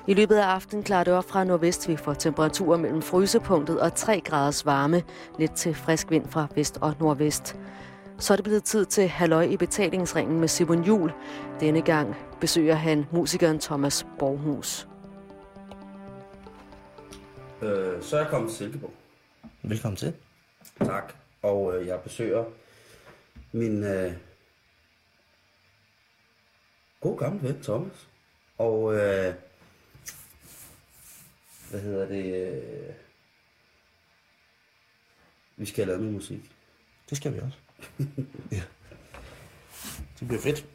I løbet af aftenen klarer det op fra nordvest. Vi får temperaturer mellem frysepunktet og 3 graders varme. Lidt til frisk vind fra vest og nordvest. Så er det blevet tid til halløj i betalingsringen med Simon Juhl. Denne gang besøger han musikeren Thomas Borghus. Så er jeg kommet til Silkeborg. Velkommen til. Tak. Og jeg besøger min god gamle ven Thomas. Og vi skal have lavet noget musik. Det skal vi også. Ja. Det bliver fedt.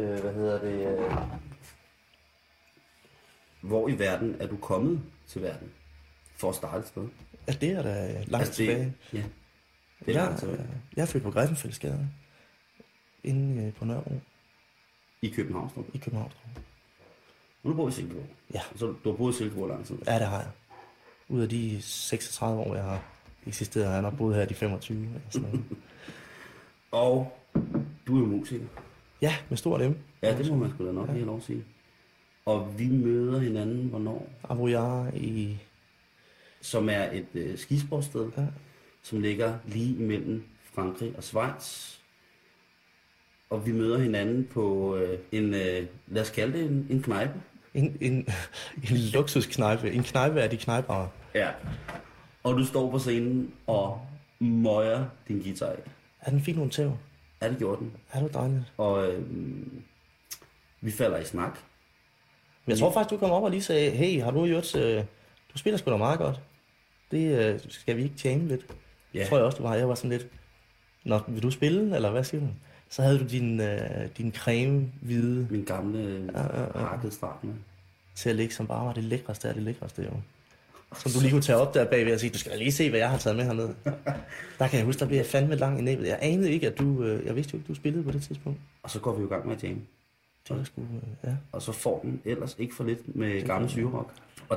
Hvor i verden er du kommet til verden? For at starte et sted. Ja, det er da langt tilbage. Ja. Det er langt tilbage. Jeg er født på Griffenfeldsgade. Inde på Nørrebro. I København? I København. Nu har du boet i Silkeborg? Ja. Så du har boet i Silkeborg lang tid? Ja, det har jeg. Ud af de 36 år, jeg har eksisteret, har jeg nok boet her de 25 eller sådan noget. Og du er jo musiker? Ja, med stort M. Ja, det må man sgu da nok lige lov at sige. Og vi møder hinanden hvornår? Avoyar i... Som er et skisportssted, ja, som ligger lige imellem Frankrig og Schweiz. Og vi møder hinanden på lad os kalde det en knejpe. En luksusknejpe. En knejpe er de knejpere. Ja. Og du står på scenen og møjer din guitar af. Ja, den fik nogle tæv. Ja, det gjorde den. Ja, det var dejligt. Og vi falder i snak. Men jeg tror faktisk, du kom op og lige sagde, hey, har du gjort... Du spiller sgu da meget godt. Det skal vi ikke tjene lidt. Ja. Tror jeg også, du var. Jeg var sådan lidt... Nå, vil du spille, eller hvad siger du? Så havde du din creme-hvide... Min gamle hakket start med. Til at ligge, som bare var det lækreste af det lækreste, jo. Som du lige kunne tage op der bagved og sige, du skal da lige se, hvad jeg har taget med hernede. Der kan jeg huske, der blev jeg fandme lang i næbet. Jeg anede ikke, at du... Jeg vidste jo ikke, du spillede på det tidspunkt. Og så går vi jo i gang med at jam. Ja. Og så får den ellers ikke for lidt med gammel syrerock. Og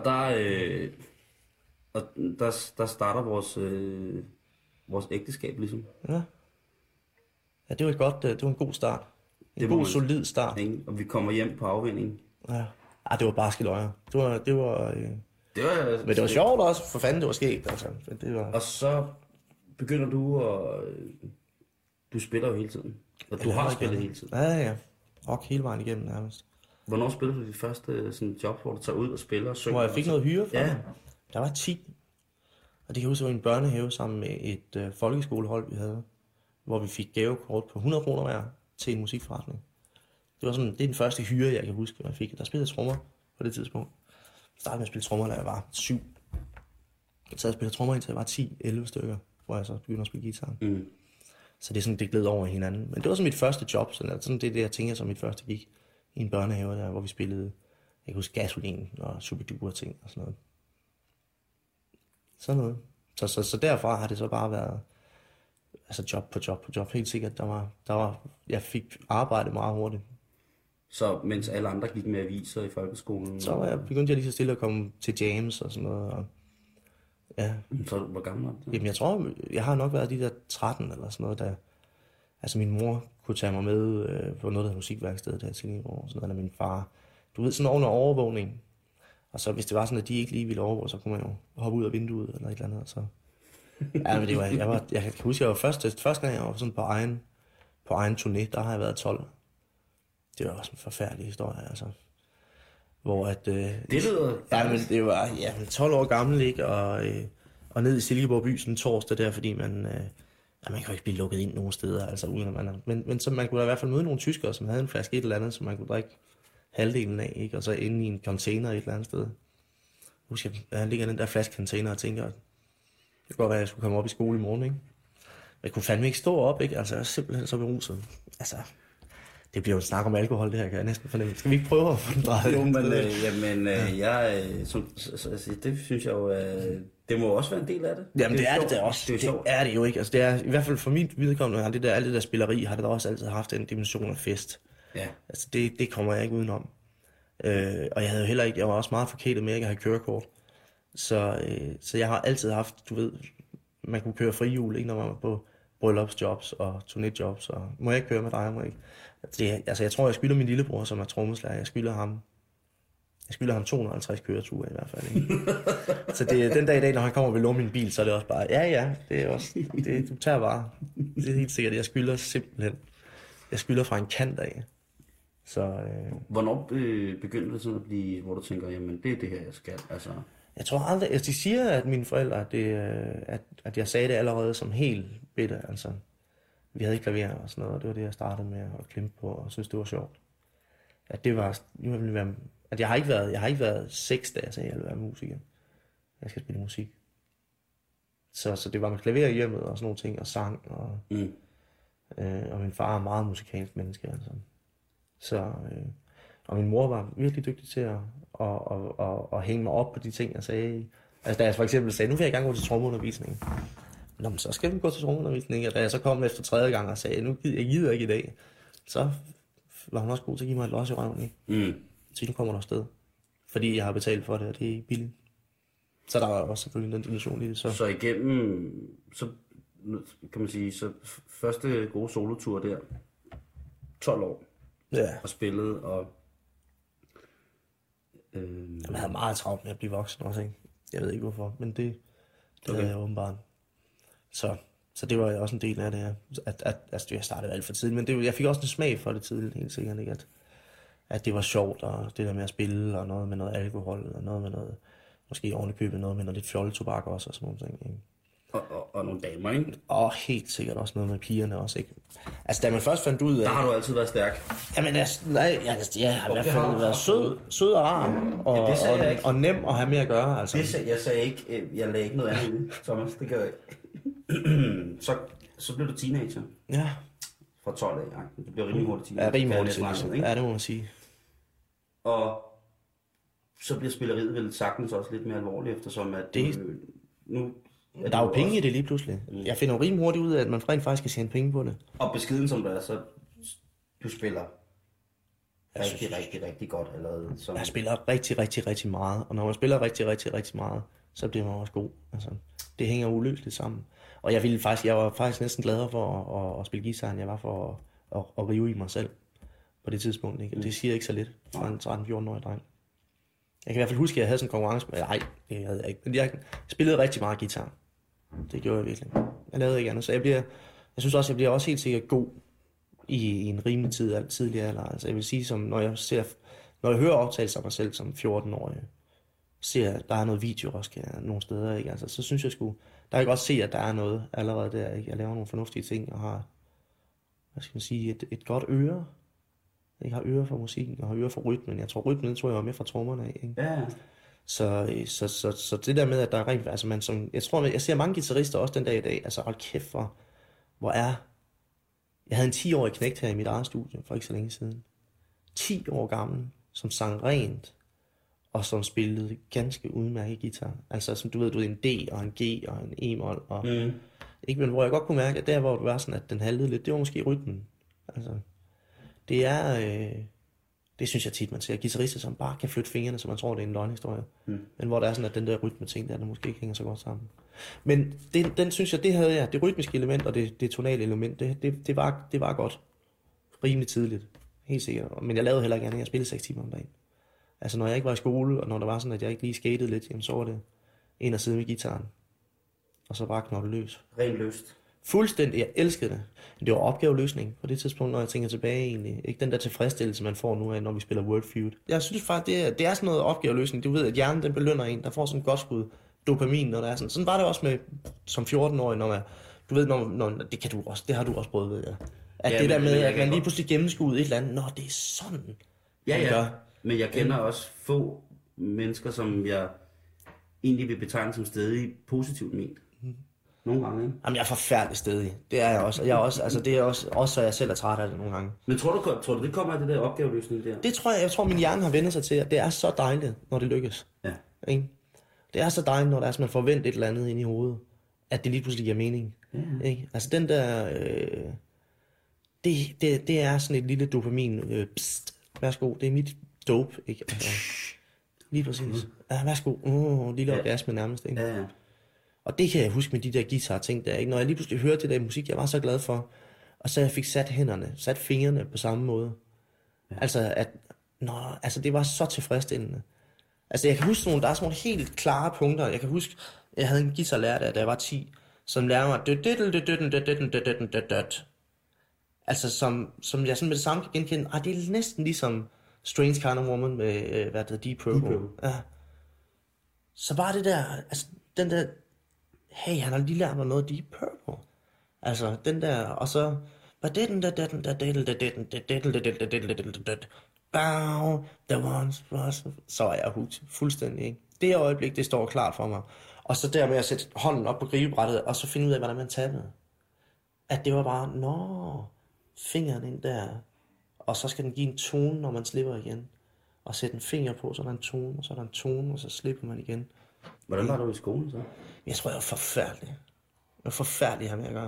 der starter vores ægteskab ligesom. Ja. Ja, det var en god start. En god, solid start. Og vi kommer hjem på afvinding. Ja. Ah, det var bare skiløjer. Men det var sjovt også, for fanden det var sket. Altså. Og så begynder du du spiller jo hele tiden. Og du har spillet hele tiden. Ja. Rock hele vejen igennem nærmest. Hvornår spillede du dit første sådan, job, hvor du tager ud og spiller og synger? Hvor jeg fik noget hyre for. Ja. Der var 10. Og det kan jeg huske, at var en børnehave sammen med et folkeskolehold, vi havde. Hvor vi fik gavekort på 100 kroner hver til en musikforretning. Det er den første hyre, jeg kan huske, man fik. Der spillede trommer på det tidspunkt. Jeg startede med at spille trommer, da jeg var 7. Jeg sad og spillede trommer, indtil jeg var 10-11 stykker, hvor jeg så begyndte at spille guitar. Mm. Så det er sådan, det gled over hinanden. Men det var så mit første job, sådan det jeg tænker som mit første gig i en børnehave, der, hvor vi spillede, jeg kan huske, Gasolin og Superduper ting og sådan noget. Sådan noget. Så derfra har det så bare været altså job på job. Helt sikkert, jeg fik arbejde meget hurtigt. Så mens alle andre gik med aviser i folkeskolen? Så begyndte jeg lige så stille at komme til jams og sådan noget. Og, ja. Så hvor gammel var du? Jamen jeg tror, jeg har nok været de der 13 eller sådan noget, der... Altså min mor kunne tage mig med på noget, der hedder musikværksted der til Silkeborg, og sådan noget, eller min far. Du ved, sådan under overvågning. Og så hvis det var sådan, at de ikke lige ville overvåge, så kunne man jo hoppe ud af vinduet eller et eller andet. Så... Ja, men det var... Jeg kan huske, jeg var første gang, jeg var sådan på egen turné, der har jeg været 12. Det var også en forfærdelig historie, altså. Hvor at... det lyder... Ja, men det var 12 år gammel, ikke? Og ned i Silkeborg by sådan en torsdag der, fordi man kan jo ikke blive lukket ind nogen steder, altså uden at man... Men så man kunne da i hvert fald møde nogle tyskere, som havde en flaske et eller andet, som man kunne drikke halvdelen af, ikke? Og så inde i en container et eller andet sted. Husk, jeg ligger i den der flaske container og tænker, det kunne godt være, at jeg skulle komme op i skole i morgen, ikke? Men jeg kunne fandme ikke stå op, ikke? Altså, jeg er simpelthen så beruset. Altså... Det bliver jo en snak om alkohol, det her, kan jeg næsten fornemme. Skal vi ikke prøve at få den drejet? Jo, men det synes jeg jo, det må også være en del af det. Jamen det er det da også. Det er det jo ikke. Altså, det er, i hvert fald for mit vedkommende, alt det der spilleri, har det da også altid haft en dimension af fest. Ja. Altså det kommer jeg ikke udenom. Og jeg havde jo heller ikke, jeg var også meget forkælet med ikke at have kørekort. Så jeg har altid haft, du ved, man kunne køre frihjul, ikke, når man var på bryllupsjobs og turnéjobs, og må jeg ikke køre med dig, må jeg ikke. Jeg tror, jeg skylder min lillebror, som er trommeslager, jeg skylder ham Jeg skylder ham 250 køreture i hvert fald. Ikke? Så det er den dag i dag, når han kommer og vil låne min bil, så er det også bare, ja, det er også, du tager bare. Det er helt sikkert, jeg skylder simpelthen. Jeg skylder fra en kant af. Så, Hvornår begyndte det sådan at blive, hvor du tænker, jamen det er det her, jeg skal, altså... Jeg tror aldrig, de siger, at mine forældre, at jeg sagde det allerede som helt bitte, altså. Vi havde ikke klaver og sådan noget, og det var det, jeg startede med at klempe på, og synes det var sjovt. At det var, at jeg har ikke været 6, da jeg sagde, at jeg ville være musiker. Jeg skal spille musik. Så det var med klaver i hjemmet og sådan nogle ting, og sang, og min far er meget musikalsk menneske, altså. Så, og min mor var virkelig dygtig til at hænge mig op på de ting, jeg sagde. Altså da jeg for eksempel sagde, nu vil jeg gerne gå til trommeundervisning. Nå, men så skal vi gå til trommeundervisning. Og da jeg så kom efter 3. gang og sagde, nu gider jeg ikke i dag, så var hun også god til at give mig et los i røven, ikke? Så nu kommer der afsted. Fordi jeg har betalt for det, og det er billigt. Så der var også selvfølgelig den dimension i det. Så igennem, så kan man sige, så første gode solotur der, 12 år. Ja. Og spillede, og... Jeg havde meget travlt med at blive voksen også, ikke? Jeg ved ikke hvorfor, men det havde jeg åbenbart. Så det var også en del af det, at jeg startede alt for tidligt, men jeg fik også en smag for det tidligt, helt sikkert, ikke? At det var sjovt, og det der med at spille, og noget med noget alkohol, og noget med noget, måske ovenikøbet noget med noget lidt fjolletobak også, og sådan nogle ting, ikke? Og nogle damer, ikke? Og helt sikkert også noget med pigerne også, ikke? Altså, da man først fandt ud af... Der har du altid været stærk. Jamen, jeg har i hvert fald været sød og rar, og nem at have med at gøre, altså. Jeg sagde ikke, jeg lagde ikke noget andet i, Thomas, det gør jeg så blev du teenager. Ja. Fra 12 af, ja. Det blev rimelig hurtigt teenager. Ja, rimelig hurtigt teenager. Ja, det må man sige. Og så bliver spilleriet vel sagtens også lidt mere alvorligt, eftersom at nu... Der er jo penge i det lige pludselig. Jeg finder jo rimelig hurtigt ud af, at man rent faktisk kan tjene penge på det. Og beskeden som der er, så du spiller rigtig godt allerede. Jeg spiller rigtig meget, og når man spiller rigtig meget, så bliver man også god. Altså, det hænger uløseligt sammen. Og jeg var faktisk næsten gladere for at spille guitar, end jeg var for at rive i mig selv på det tidspunkt. Ikke? Det siger ikke så lidt for en 13-14-årig dreng. Jeg kan i hvert fald huske, at jeg havde sådan en konkurrence. Nej, det havde jeg ikke. Men jeg spillede rigtig meget guitar. Det gjorde jeg virkelig. Jeg lavede ikke andet. Så jeg synes også, jeg bliver også helt sikkert god i en rimelig tidlig alder. Altså jeg vil sige, som når jeg hører optagelser af mig selv som 14-årig, ser at der er noget video også nogle steder, ikke? Altså, så synes jeg der kan jeg godt se, at der er noget allerede der, ikke? Jeg laver nogle fornuftige ting og har, hvad skal man sige, et godt øre. Jeg har øre for musikken og har øre for rytmen. Jeg tror, rytmen tror jeg var med fra trommerne af, ikke? Ja. Så det der med, at der er rent, altså jeg ser mange guitarister også den dag i dag, altså hold kæft for, jeg havde en 10-årig knægt her i mit eget studie, for ikke så længe siden. 10 år gammel, som sang rent, og som spillede ganske udmærket guitar. Altså som du ved, en D og en G og en E-mol, og ikke, men hvor jeg godt kunne mærke, at der hvor det var sådan, at den haltede lidt, det var måske rytmen. Altså, det synes jeg tit, man ser. Guitarister, som bare kan flytte fingrene, så man tror, det er en løgnhistorie. Men hvor der er sådan, at den der rytme-ting, der måske ikke hænger så godt sammen. Men den synes jeg, det havde jeg. Det rytmiske element og det tonale element, det var godt. Rimelig tidligt. Helt sikkert. Men jeg lavede heller ikke andet. Jeg spillede 6 timer om dagen. Altså når jeg ikke var i skole, og når der var sådan, at jeg ikke lige skatede lidt, jamen, så var det ind og sidde med guitaren. Og så bare knotte løs. Rent løst. Fuldstændig, jeg elskede det. Det var opgaveløsning på det tidspunkt, når jeg tænker tilbage egentlig. Ikke den der tilfredsstillelse, man får nu af, når vi spiller Word Feud. Jeg synes faktisk, det er sådan noget opgaveløsning. Du ved, at hjernen den belønner en, der får sådan et godt skud dopamin, når der er sådan. Sådan var det også med som 14-årig, når man, du ved, når det har du også prøvet, ved jeg. At ja, det der med, at man lige pludselig gennemskuede et eller andet, det er sådan. Ja. Men jeg kender også få mennesker, som jeg egentlig vil betegne som stadig positivt ment. Nogle gange, ikke? Jamen, jeg er forfærdelig stedig. Det er jeg også. Og jeg er også, altså, det er også så jeg selv er træt af det nogle gange. Men tror du det kommer af det der opgaveløsning der? Det tror jeg min hjerne har vendt sig til, at det er så dejligt, når det lykkes. Ja. Ikke? Det er så dejligt, når der er, at man forventer et eller andet ind i hovedet, at det lige pludselig giver mening. Ja. Ikke? Altså den der, det er sådan et lille dopamin, værsgo, det er mit dope, ikke? Altså, lige præcis. Ja, værsgo, lille orgasme nærmest, ikke? Ja. Og det kan jeg huske med de der guitar-ting der, ikke? Når jeg lige pludselig hørte det der musik, jeg var så glad for, og så jeg fik sat fingrene på samme måde. Ja. Altså, det var så tilfredsstillende. Altså, jeg kan huske der er sådan nogle helt klare punkter. Jeg kan huske, jeg havde en guitarlærer, da jeg var 10, som lærte mig... Altså, som jeg sådan med det samme kan genkende. Det er næsten ligesom Strange Kind of Woman med, Deep Purple. Ja. Så bare det der, altså, den der... Hey, han har lige lært mig noget Deep Purple. Altså, den der, og så... Så er jeg hooked fuldstændig, ikke? Det øjeblik, det står klart for mig. Og så der med at sætte hånden op på gribebrættet, og så finde ud af, hvordan man tappede. At det var bare, fingeren ind der, og så skal den give en tone, når man slipper igen. Og sætte en finger på, så er der en tone, og så er der en tone, og så slipper man igen. Hvordan var du i skolen så? Jeg tror, jeg var forfærdelig. Jeg var forfærdelig her med at gøre.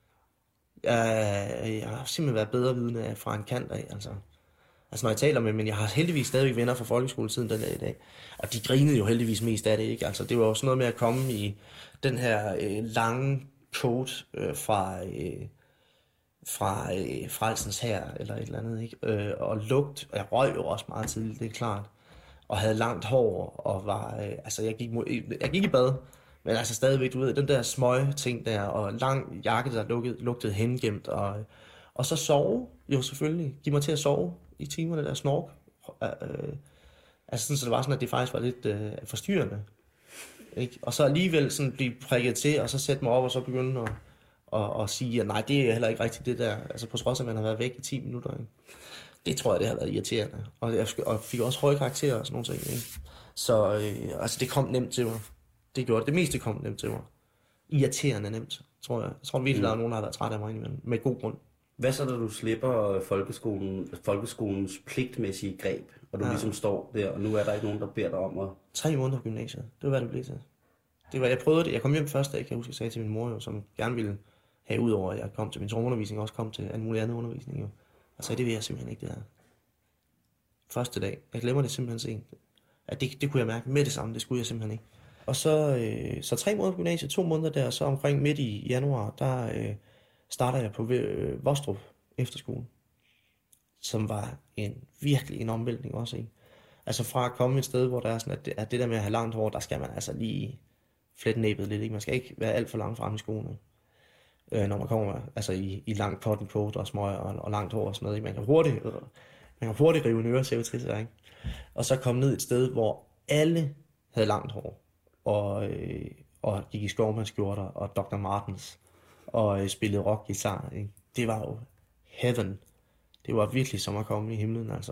Jeg har simpelthen været bedre vidne fra en kant af, altså når jeg taler med, men jeg har heldigvis stadigvæk venner fra folkeskoletiden den dag i dag, og de grinede jo heldigvis mest af det, ikke? Altså det var jo sådan noget med at komme i den her lange coat fra Frelsens Hær eller et eller andet, ikke? Og lugt, og jeg røg jo også meget tidligt, det er klart, og havde langt hår, og var, jeg gik i bad, men altså stadigvæk, du ved, den der smøge ting der, og lang jakke, der lugtede hengemt, og så sove, jo selvfølgelig, give mig til at sove i timerne der snork. Altså sådan, så det var sådan, at det faktisk var lidt forstyrrende. Ikke? Og så alligevel sådan blive prikket til, og så sætte mig op, og så begynde at sige, at nej, det er heller ikke rigtigt det der, altså på trods af, at man har været væk i 10 minutter. Ikke? Det tror jeg, det har været irriterende. Og jeg fik også høje karakterer og sådan nogle ting. Ikke? Så altså, det kom nemt til mig. Det gjorde det meste kom nemt til mig. Irriterende nemt, tror jeg. Jeg tror virkelig, der er nogen, der har været træt af mig indimellem, med god grund. Hvad så, da du slipper folkeskolens pligtmæssige greb, og du ligesom står der, og nu er der ikke nogen, der beder dig om at... 3 måneder på gymnasiet, det var hvad det blev til. Jeg prøvede det, jeg kom hjem første dag, kan jeg huske, jeg sagde til min mor, jo, som gerne ville have ud over, at jeg kom til min trommeundervisning, og også kom til alle mulige andre undervisning, jo. Og så det vil jeg simpelthen ikke, det her. Første dag, jeg glemmer det simpelthen sent. At det kunne jeg mærke med det samme, det skulle jeg simpelthen ikke. Og så 3 måneder på gymnasiet, 2 måneder der, så omkring midt i januar, der starter jeg på Vostrup efterskole, som var virkelig en omvæltning også, ikke? Altså fra at komme et sted, hvor der er sådan, at det der med at have langt hår, der skal man altså lige flette næbet lidt, ikke? Man skal ikke være alt for langt frem i skoene, når man kommer altså i langt cotton coat og smøg og langt hår og sådan noget, ikke? Man kan hurtigt rive en øresæve til sig, ikke? Og så komme ned et sted, hvor alle havde langt hår, og gik i skovmandskjorter og Dr. Martens, og spillede rockguitar, ikke? Det var jo heaven. Det var virkelig som at komme i himlen, altså.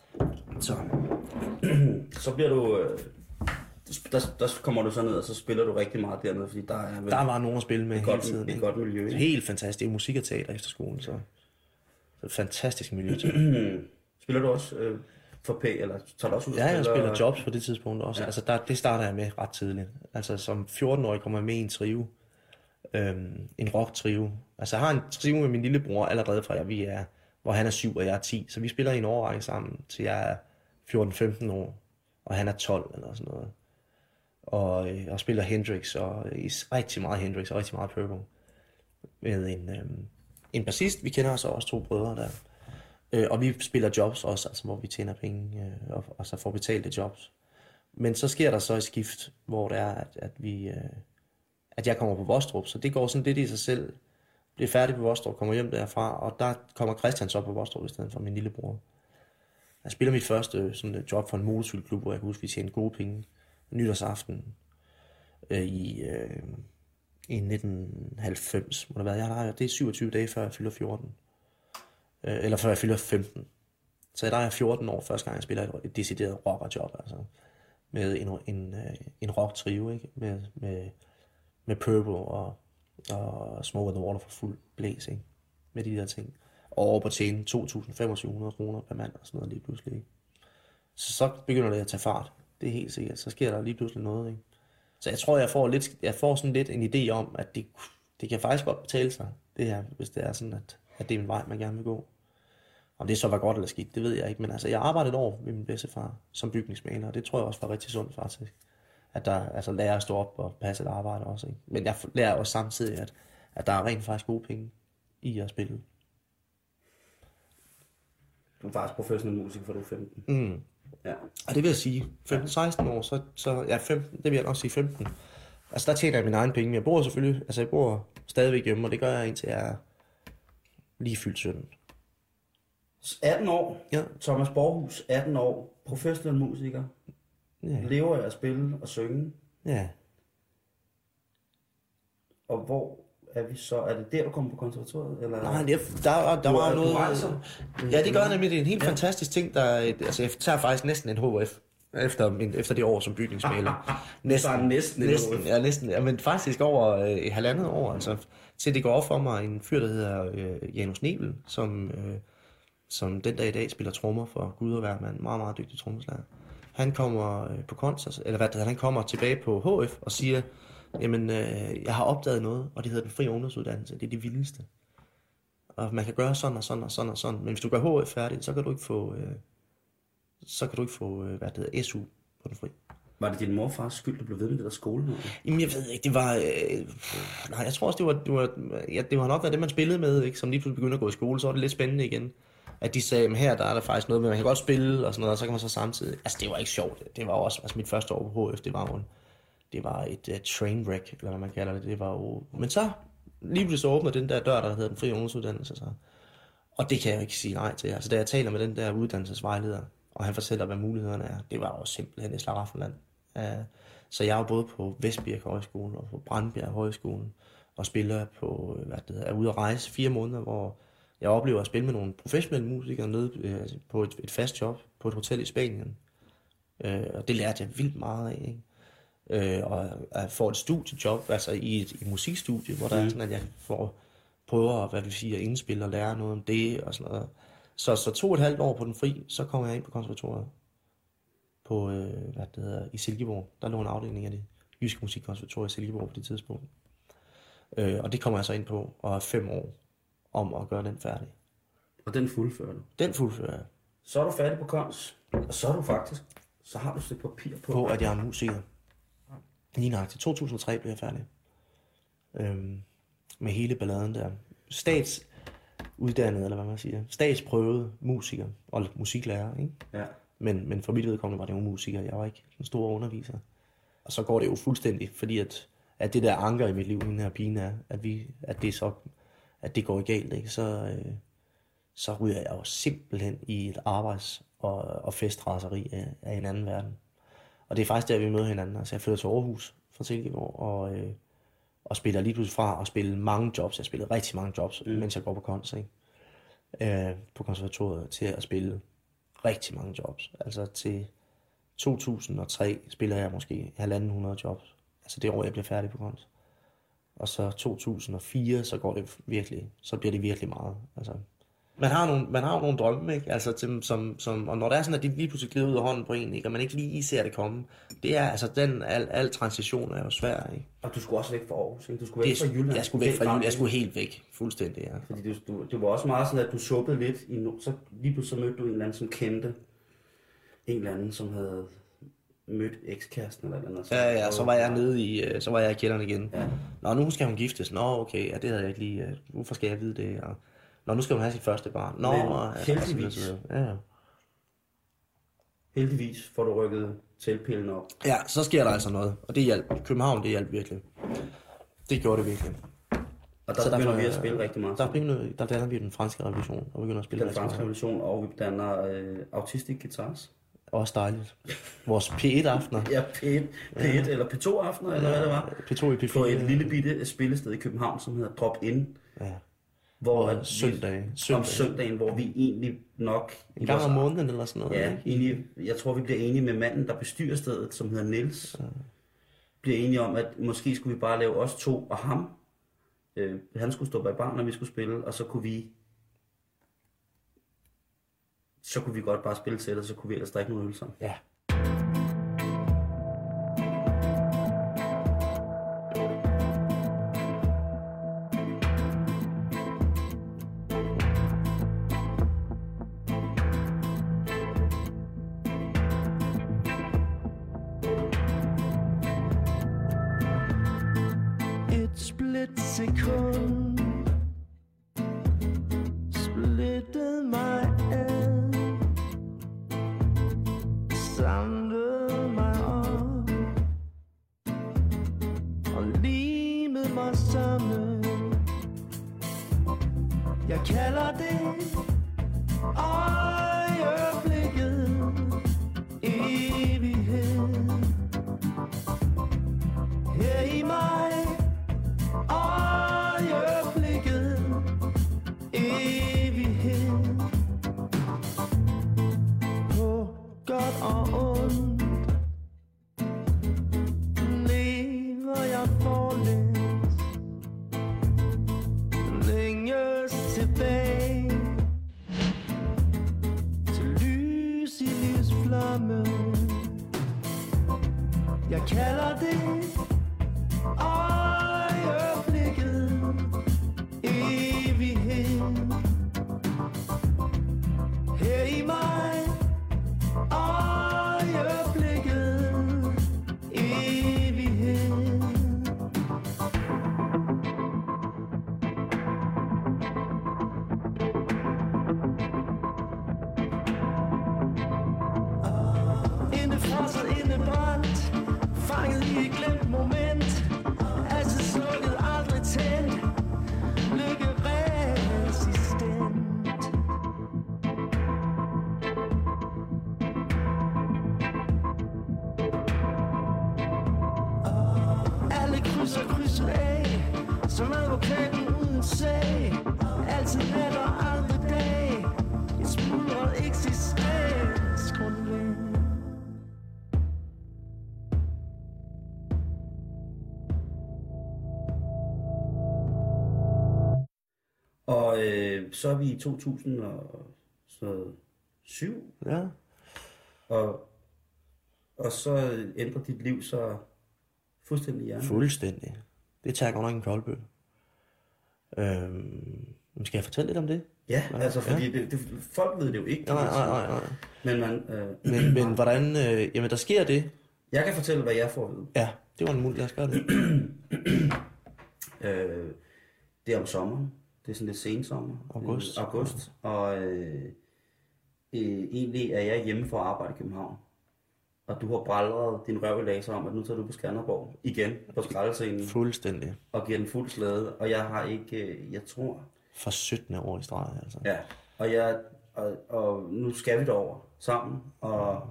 Så bliver du... Der kommer du så ned, og så spiller du rigtig meget dernede, fordi der er... Der var nogen at spille med hele tiden. Et godt miljø, ikke? Helt fantastisk. Musik og teater efter skolen, så et fantastisk miljø. Spiller du også for P, eller tager du også ud? Ja, jeg spiller jobs på det tidspunkt også. Ja. Altså, det starter jeg med ret tidligt. Altså, som 14-årig kommer jeg med i en trio. En rock-trio. Altså, jeg har en trio med min lillebror allerede fra hvor han er 7 og jeg er 10. Så vi spiller i en årrække sammen, til jeg er 14-15 år, og han er 12 eller sådan noget. Og spiller Hendrix, og rigtig meget Hendrix, og rigtig meget Purple. Med en bassist, vi kender så også 2 brødre der. Og vi spiller jobs også, altså hvor vi tjener penge, og så får betalt jobs. Men så sker der så et skift, hvor det er, at jeg kommer på Vostrup, så det går sådan lidt i sig selv. Bliver færdig på Vostrup, kommer hjem derfra, og der kommer Christian så på Vostrup i stedet for min lillebror. Jeg spiller mit første sådan job for en motorcykelklub, hvor jeg kan huske, vi tjente gode penge nytårsaften i 1990, må det være. Det er 27 dage før jeg fylder 14. Eller før jeg fylder 15. Så der er jeg 14 år, første gang jeg spiller et decideret rockerjob, altså. Med en rock-trio, ikke? Med Purple og Smoke on the Water for fuld blæs, ikke? Med de der ting. Og over på tjene 2.500 kroner per mand og sådan noget lige pludselig, ikke? Så begynder det at tage fart. Det er helt sikkert. Så sker der lige pludselig noget, ikke? Så jeg tror, jeg får sådan lidt en idé om, at det kan faktisk godt betale sig, det her, hvis det er sådan, at det er en vej, man gerne vil gå. Om det så var godt eller skidt, det ved jeg ikke. Men altså, jeg arbejdede et år med min bedstefar som bygningsmaler, og det tror jeg også var rigtig sundt faktisk. At der altså lærer at stå op og passe et arbejde også, ikke? Men jeg lærer også samtidig, at der er rent faktisk gode penge i at spille. Du er faktisk professionel musiker, for du er 15. Ja. Og det vil jeg sige, 15-16 år, så ja, 15, det vil jeg nok sige 15. Altså der tjener jeg mine egne penge, men jeg bor selvfølgelig, altså jeg bor stadigvæk hjemme, og det gør jeg indtil jeg er lige fyldt 17. 18 år, Ja. Thomas Borghus, 18 år, professionel musiker, lever af at spille og synge. Ja. Og hvor er vi så? Er det der, du kommer på konservatoriet? Eller? Nej, der var noget... Ja, det gør nemlig, det er en helt fantastisk ting, der... Altså, jeg tager faktisk næsten en HF, efter det år som bygningsmaler. Næsten. Ja, men faktisk over halvandet år, altså. Til det går op for mig en fyr, der hedder Janus Nebel, som den dag i dag spiller trommer for Gud og Hvermand. Meget, meget dygtig trommeslager. Han kommer på koncert, eller han kommer tilbage på HF og siger, jamen, jeg har opdaget noget, og det hedder den frie ungdomsuddannelse. Det er det vildeste. Og man kan gøre sådan og sådan og sådan og sådan. Men hvis du gør HF færdigt, så kan du ikke få, SU på den fri. Var det din morfars skyld, du blev ved med det der skole? Jamen, jeg ved ikke, det var... nej, jeg tror også, det var nok været det, man spillede med, ikke? Som lige pludselig begyndte at gå i skole, så var det lidt spændende igen. At de sagde, her der er der faktisk noget med, man kan godt spille og sådan noget, og så kan man så samtidig... Altså, det var ikke sjovt. Det var også... Altså, mit første år på HF, det var et train wreck, eller hvad man kalder det. Det var jo... Men så lige pludselig så åbnede den der dør, der hedder den frie ungdomsuddannelse. Så. Og det kan jeg jo ikke sige nej til. Altså, da jeg taler med den der uddannelsesvejleder, og han fortæller, hvad mulighederne er, det var jo simpelthen et slaraffenland. Så jeg var både på Vestbjerg Højskole og på Brandbjerg Højskole, og spiller på, er ude at rejse 4 måneder, hvor jeg oplever at spille med nogle professionelle musikere nede på et fast job på et hotel i Spanien. Og det lærte jeg vildt meget af, ikke? Og at få et studiejob, altså i et musikstudie, hvor der er sådan, at jeg prøver hvad vil sige, at indspille og lære noget om det og sådan noget. Så 2,5 år på den fri, så kommer jeg ind på konservatoriet på, i Silkeborg. Der lå en afdeling af det jyske musikkonservatorium i Silkeborg på det tidspunkt. Og det kommer jeg så ind på, og er 5 år om at gøre den færdig. Og den fuldfører du? Den fuldfører jeg. Så er du færdig på kons, og så er du faktisk, så har du et stykke papir på at jeg er musiker. Lige nøjagtigt. 2003 blev jeg færdig. Med hele balladen der. Statsuddannet, eller hvad man siger. Statsprøvet musiker og musiklærer, ikke? Ja. Men for mit vedkommende var det jo musiker. Jeg var ikke en stor underviser. Og så går det jo fuldstændig, fordi at det der anker i mit liv, den her pigen er, at det går galt, ikke? Så ryger jeg jo simpelthen i et arbejds- og festraseri af en anden verden. Og det er faktisk der, vi møder hinanden. Altså jeg flytter til Aarhus fra Silkeborg, og spiller lige pludselig fra at spille mange jobs. Jeg spillede rigtig mange jobs, mens jeg går på kons, ikke? På konservatoriet, til at spille rigtig mange jobs. Altså til 2003 spiller jeg måske 1.500 jobs. Altså det år, jeg bliver færdig på kons. Og så 2004, så bliver det virkelig meget. Altså, man har jo nogle drømme, ikke? Altså, og når det er sådan, at det lige pludselig glider ud af hånden på en, ikke? Og man ikke lige ser det komme, det er, altså, al transition er jo svær, ikke? Og du skulle også væk fra Aarhus, ikke? Du skulle væk fra Jylland. Jeg skulle væk fra Jylland, jeg skulle helt væk, fuldstændig, ja. Fordi det var også meget sådan, at du suppede lidt, så lige pludselig så mødte du en eller anden, som kendte en eller anden, som havde mødt ekskæresten eller noget. Ja, så var jeg så var jeg i kælderen igen. Ja. Nå, nu skal hun giftes. Nå, okay, ja, det havde jeg ikke lige. Hvorfor skal jeg vide det? Og nå, nu skal hun have sit første barn. Nå, heldigvis. Ja. Heldigvis får du rykket teltpillen op. Ja, så sker der altså noget. Og det hjalp. København, det hjalp virkelig. Det gjorde det virkelig. Og der begynder vi at spille rigtig meget. Der danner vi den franske revolution, og begynder at spille den franske revolution, og vi danner Autistic Guitars. Også dejligt. Vores P1-aftener. Ja, P1 eller P2-aftener, eller hvad det var. P2 i P4. På et lille bitte spillested i København, som hedder Drop In. Ja. Hvor søndagen, hvor vi egentlig nok... En gang om måneden eller sådan noget. Ja, egentlig, jeg tror, vi bliver enige med manden, der bestyrer stedet, som hedder Niels. Ja. Bliver enige om, at måske skulle vi bare lave os 2 og ham. Han skulle stå bag barn, når vi skulle spille, og så kunne vi godt bare spille sæt, og så kunne vi ellers drikke nogle øl sammen. Ja. Et splitsekund splittede mig ad. Jeg kalder det øjeblikket evighed. Her i mig øjeblikket evighed. På godt og ondt lever jeg forlæns, længes tilbage til lys i livsflamme. Jeg kalder det øjeblikket evighed. Her i mig øjeblikket evighed. Indefrosset, indebrændt, fanget i et glemt moment. Altid slukket, aldrig tændt, lykkeresistent. Alle krydser krydset af, som advokaten uden sag. Altid nat og aldrig dag, et smuldret eksistensgrundlag. Og så er vi i 2007, Ja. og så ændrer dit liv så fuldstændig hjernen. Fuldstændig. Det tager godt nok en koldbøl. Skal jeg fortælle lidt om det? Ja, altså fordi folk ved det jo ikke. Nej. Men man... Men hvordan... jamen, der sker det. Jeg kan fortælle, hvad jeg får at vide. Ja, det var en mulighed, lad os gøre det. Det er om sommeren. Det er sådan lidt sensommer. August. Og egentlig er jeg hjemme for at arbejde i København. Og du har brældet din røv i laser om, at nu tager du på Skanderborg igen på skraldescenen. Fuldstændig. Og giver den fuld slade. Og jeg har ikke, jeg tror... For 17 år i streg, altså. Ja, og nu skal vi derover sammen. Og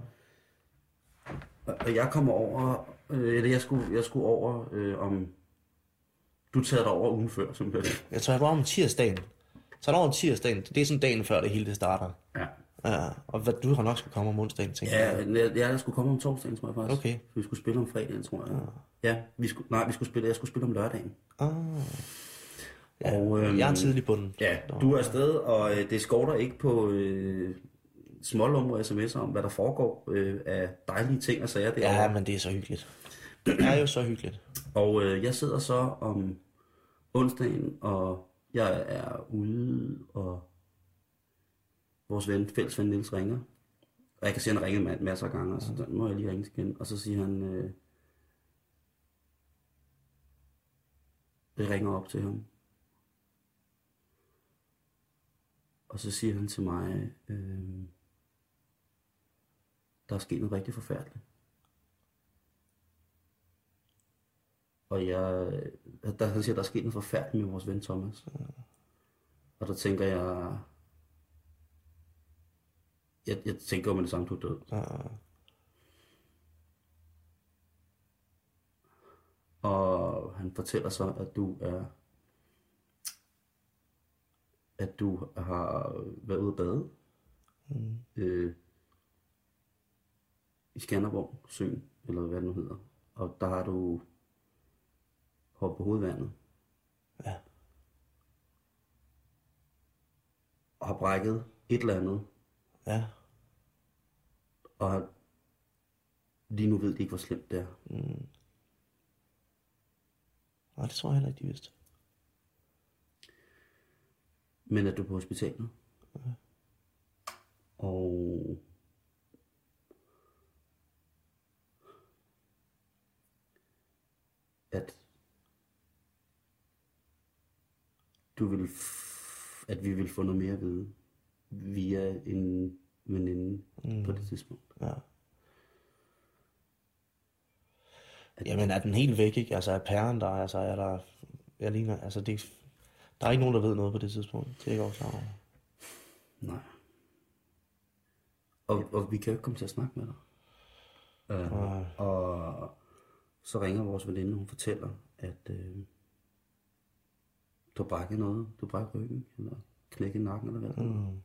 jeg kommer over, eller jeg skulle over om... Du tager dig over ugen før, simpelthen. Jeg tror, jeg var om tirsdagen. Så er der over tirsdagen. Det er sådan dagen før det hele det starter. Ja. Ja, og hvad, du har nok skulle komme om onsdagen, tænker jeg. Ja, jeg skulle komme om torsdagen, tror jeg faktisk. Okay. Vi skulle spille om fredagen, tror jeg. Ja, jeg skulle spille om lørdagen. Ja, og, jeg er tidlig på den. Ja, du er afsted, og det skorter ikke på smålumre sms'er om, hvad der foregår af dejlige ting og sager derovre. Ja, men det er så hyggeligt. Det er jo så hyggeligt. Og jeg sidder så om onsdagen, og jeg er ude, og vores fælles ven Niels ringer. Og jeg kan se, at han ringer masser af gange, og så må jeg lige ringe igen. Og så siger han, jeg ringer op til ham. Og så siger han til mig, der er sket noget rigtig forfærdeligt. Og han siger, der er sket noget forfærdeligt med vores ven Thomas. Og der tænker jeg tænker jo med det samme, du er død. Og han fortæller så, at du har været ude at bade i Skanderborg Søen, eller hvad det nu hedder. Og der har du hoppet på hovedvandet. Ja. Og har brækket et eller andet. Ja. Og lige nu ved de ikke, hvor slemt det er. Nej, det tror jeg heller ikke, de vidste. Men er du på hospitalet? Okay. Og at vi vil få noget mere at vide via en veninde på det tidspunkt. Ja. Jamen er den helt væk, ikke? Altså er pæren der, altså er der, jeg ligner, altså det Der er ikke nogen, der ved noget på det tidspunkt. Det er ikke også klar over. Nej. Og vi kan jo ikke komme til at snakke med dig. Og så ringer vores veninde, hun fortæller, at du har brækket noget. Du har brækket ryggen, eller knækket nakken, eller hvad det er.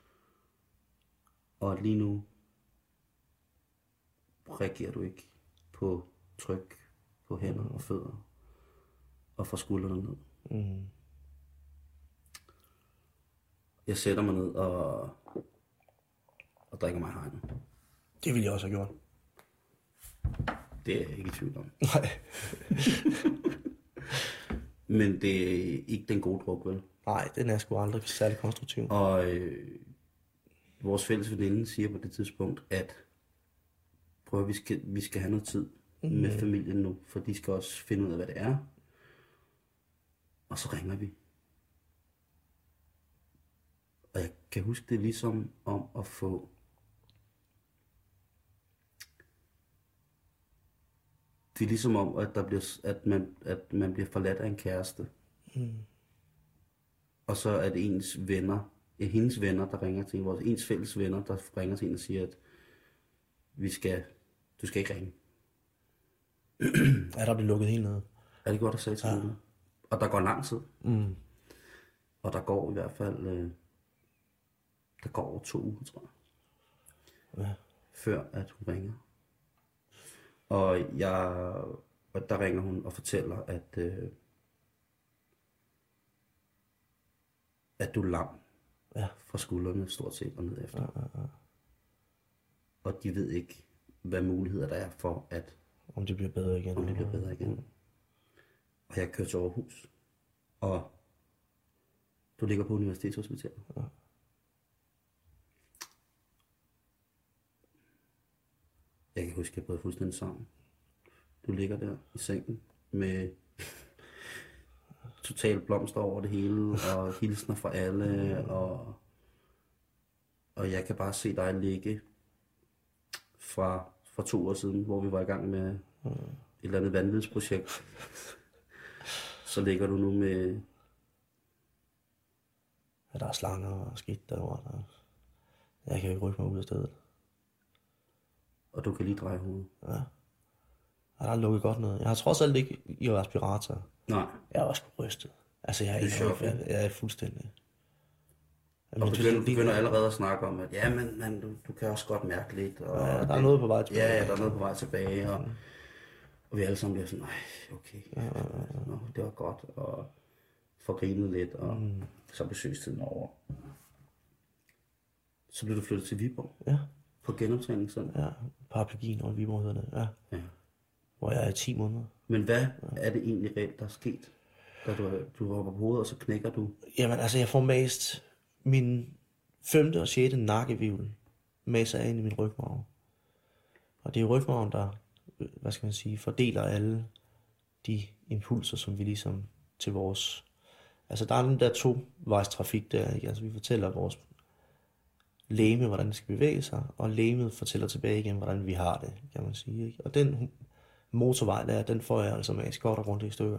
Og lige nu reagerer du ikke på tryk på hænder og fødder og fra skuldrene ned. Jeg sætter mig ned og drikker mig i hegnet. Det ville jeg også have gjort. Det er jeg ikke i tvivl om. Nej. Men det er ikke den gode druk, vel? Nej, den er sgu aldrig særlig konstruktiv. Og vores fælles veninde siger på det tidspunkt, at prøv at vi skal have noget tid med familien nu, for de skal også finde ud af, hvad det er. Og så ringer vi. Og jeg kan huske det ligesom om at få... Det er ligesom om, at, at man bliver forladt af en kæreste. Og så er det ens venner, hendes venner, der ringer til en, ens fælles venner, der ringer til en og siger, at du skal ikke ringe. Ja, der bliver lukket helt ned. Er det godt at sige til hende? Og der går lang tid. Og der går i hvert fald, der går over 2 uger, tror jeg. Ja. Før at hun ringer. Og der ringer hun og fortæller, at du er lam fra skuldrene stort set og ned efter. Og de ved ikke, hvad muligheder der er for, at... Om det bliver bedre igen. Og jeg kører til Aarhus. Og du ligger på Universitetshospitalet. Ja. Jeg kan huske, at jeg brød fuldstændig sammen. Du ligger der i sengen med total blomster over det hele, og hilsner fra alle, og jeg kan bare se dig ligge fra 2 år siden, hvor vi var i gang med et eller andet vanvidsprojekt. Så ligger du nu med... Ja, der er slanger og skidt derovre. Jeg kan jo ikke rykke mig ud af stedet. Og du kan lige dreje hovedet. Ja. Der er lukket godt noget. Jeg har trods alt ikke i respirator. Nej. Jeg er også på rystet. Altså, jeg er fuldstændig... Og begynder allerede at snakke om, at ja, men du kan også godt mærke lidt. Og ja, der er noget på vej tilbage. Ja, der er noget på vej tilbage. Og vi alle sammen bliver sådan, nej, okay. Nå, det var godt. Og får grinet lidt, og så besøgstiden over. Så blev du flyttet til Viborg. Ja. På genoptræningscenteret. Ja, Paraplygien og Viborg hedder det. Ja. Hvor jeg er i 10 måneder. Men hvad er det egentlig reelt, der er sket? Da du var på hovedet, og så knækker du? Jamen altså, jeg får mast min 5. og 6. nakkevivl maser ind i min rygmarv. Og det er rygmarven, der, hvad skal man sige, fordeler alle de impulser, som vi ligesom til vores... Altså, der er den der 2-vejstrafik der, ikke? Altså, vi fortæller vores legeme, hvordan det skal bevæge sig, og legemet fortæller tilbage igen, hvordan vi har det, kan man sige, ikke? Og den motorvej der, den får jeg altså med godt og grundigt i stykker.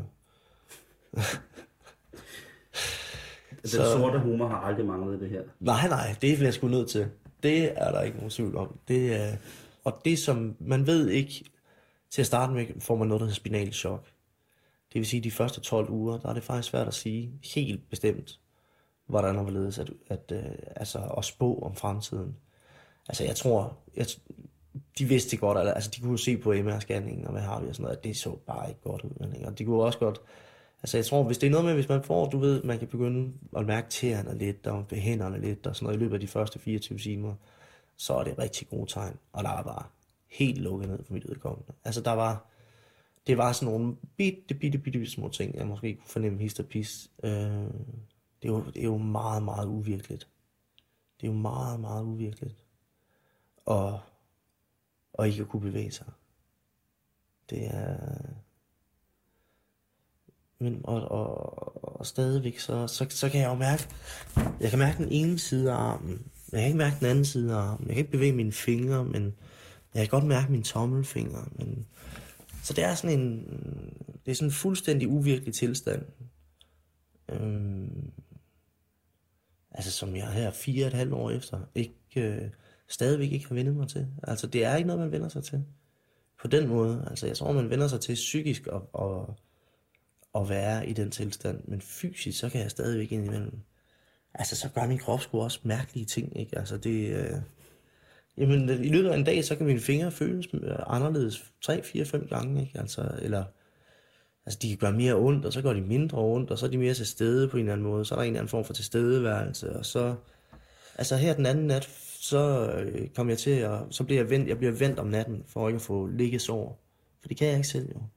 Den sorte humor har aldrig manglet det her. Nej, det er jeg sgu nødt til. Det er der ikke nogen tvivl om. Og det, som man ved ikke, til at starte med, får man noget, der hedder spinal chok. Det vil sige, de første 12 uger, der er det faktisk svært at sige helt bestemt, hvordan der ledes at spå om fremtiden. Altså, jeg tror, de vidste det godt, altså de kunne se på MR-scanningen, og hvad har vi og sådan noget, at det så bare ikke godt ud. Og de kunne også godt, altså jeg tror, hvis det er noget med, hvis man får, du ved, man kan begynde at mærke tæerne lidt, og hænderne lidt, og sådan noget i løbet af de første 24 timer, så er det rigtig gode tegn, og der er bare helt lukket ned for mit udkommende. Altså det var sådan nogle bitte små ting, jeg måske kunne fornemme hist og pis. Det er jo meget, meget uvirkeligt. Det er jo meget, meget uvirkeligt. Og ikke at kunne bevæge sig. Det er... Men, og stadigvæk, så kan jeg jo mærke... Jeg kan mærke den ene side af armen. Jeg kan ikke mærke den anden side af armen. Jeg kan ikke bevæge mine fingre, men jeg kan godt mærke mine tommelfingre. Men... Så det er sådan en fuldstændig uvirkelig tilstand. Altså som jeg her 4,5 år efter, stadigvæk ikke har vendt mig til. Altså det er ikke noget, man vender sig til. På den måde, altså jeg tror, man vender sig til psykisk at være i den tilstand, men fysisk, så kan jeg stadigvæk indimellem. Altså så gør min krop sgu også mærkelige ting, ikke? Altså det... Jamen i løbet af en dag, så kan mine fingre føles anderledes 3, 4, 5 gange, ikke? Altså de kan gøre mere ondt, og så gør de mindre ondt, og så er de mere til stede på en eller anden måde. Så er der en eller anden form for tilstedeværelse, og så... Altså her den anden nat, så kom jeg til at... Så bliver jeg bliver vendt om natten, for ikke at få liggesår. For det kan jeg ikke selv, jo.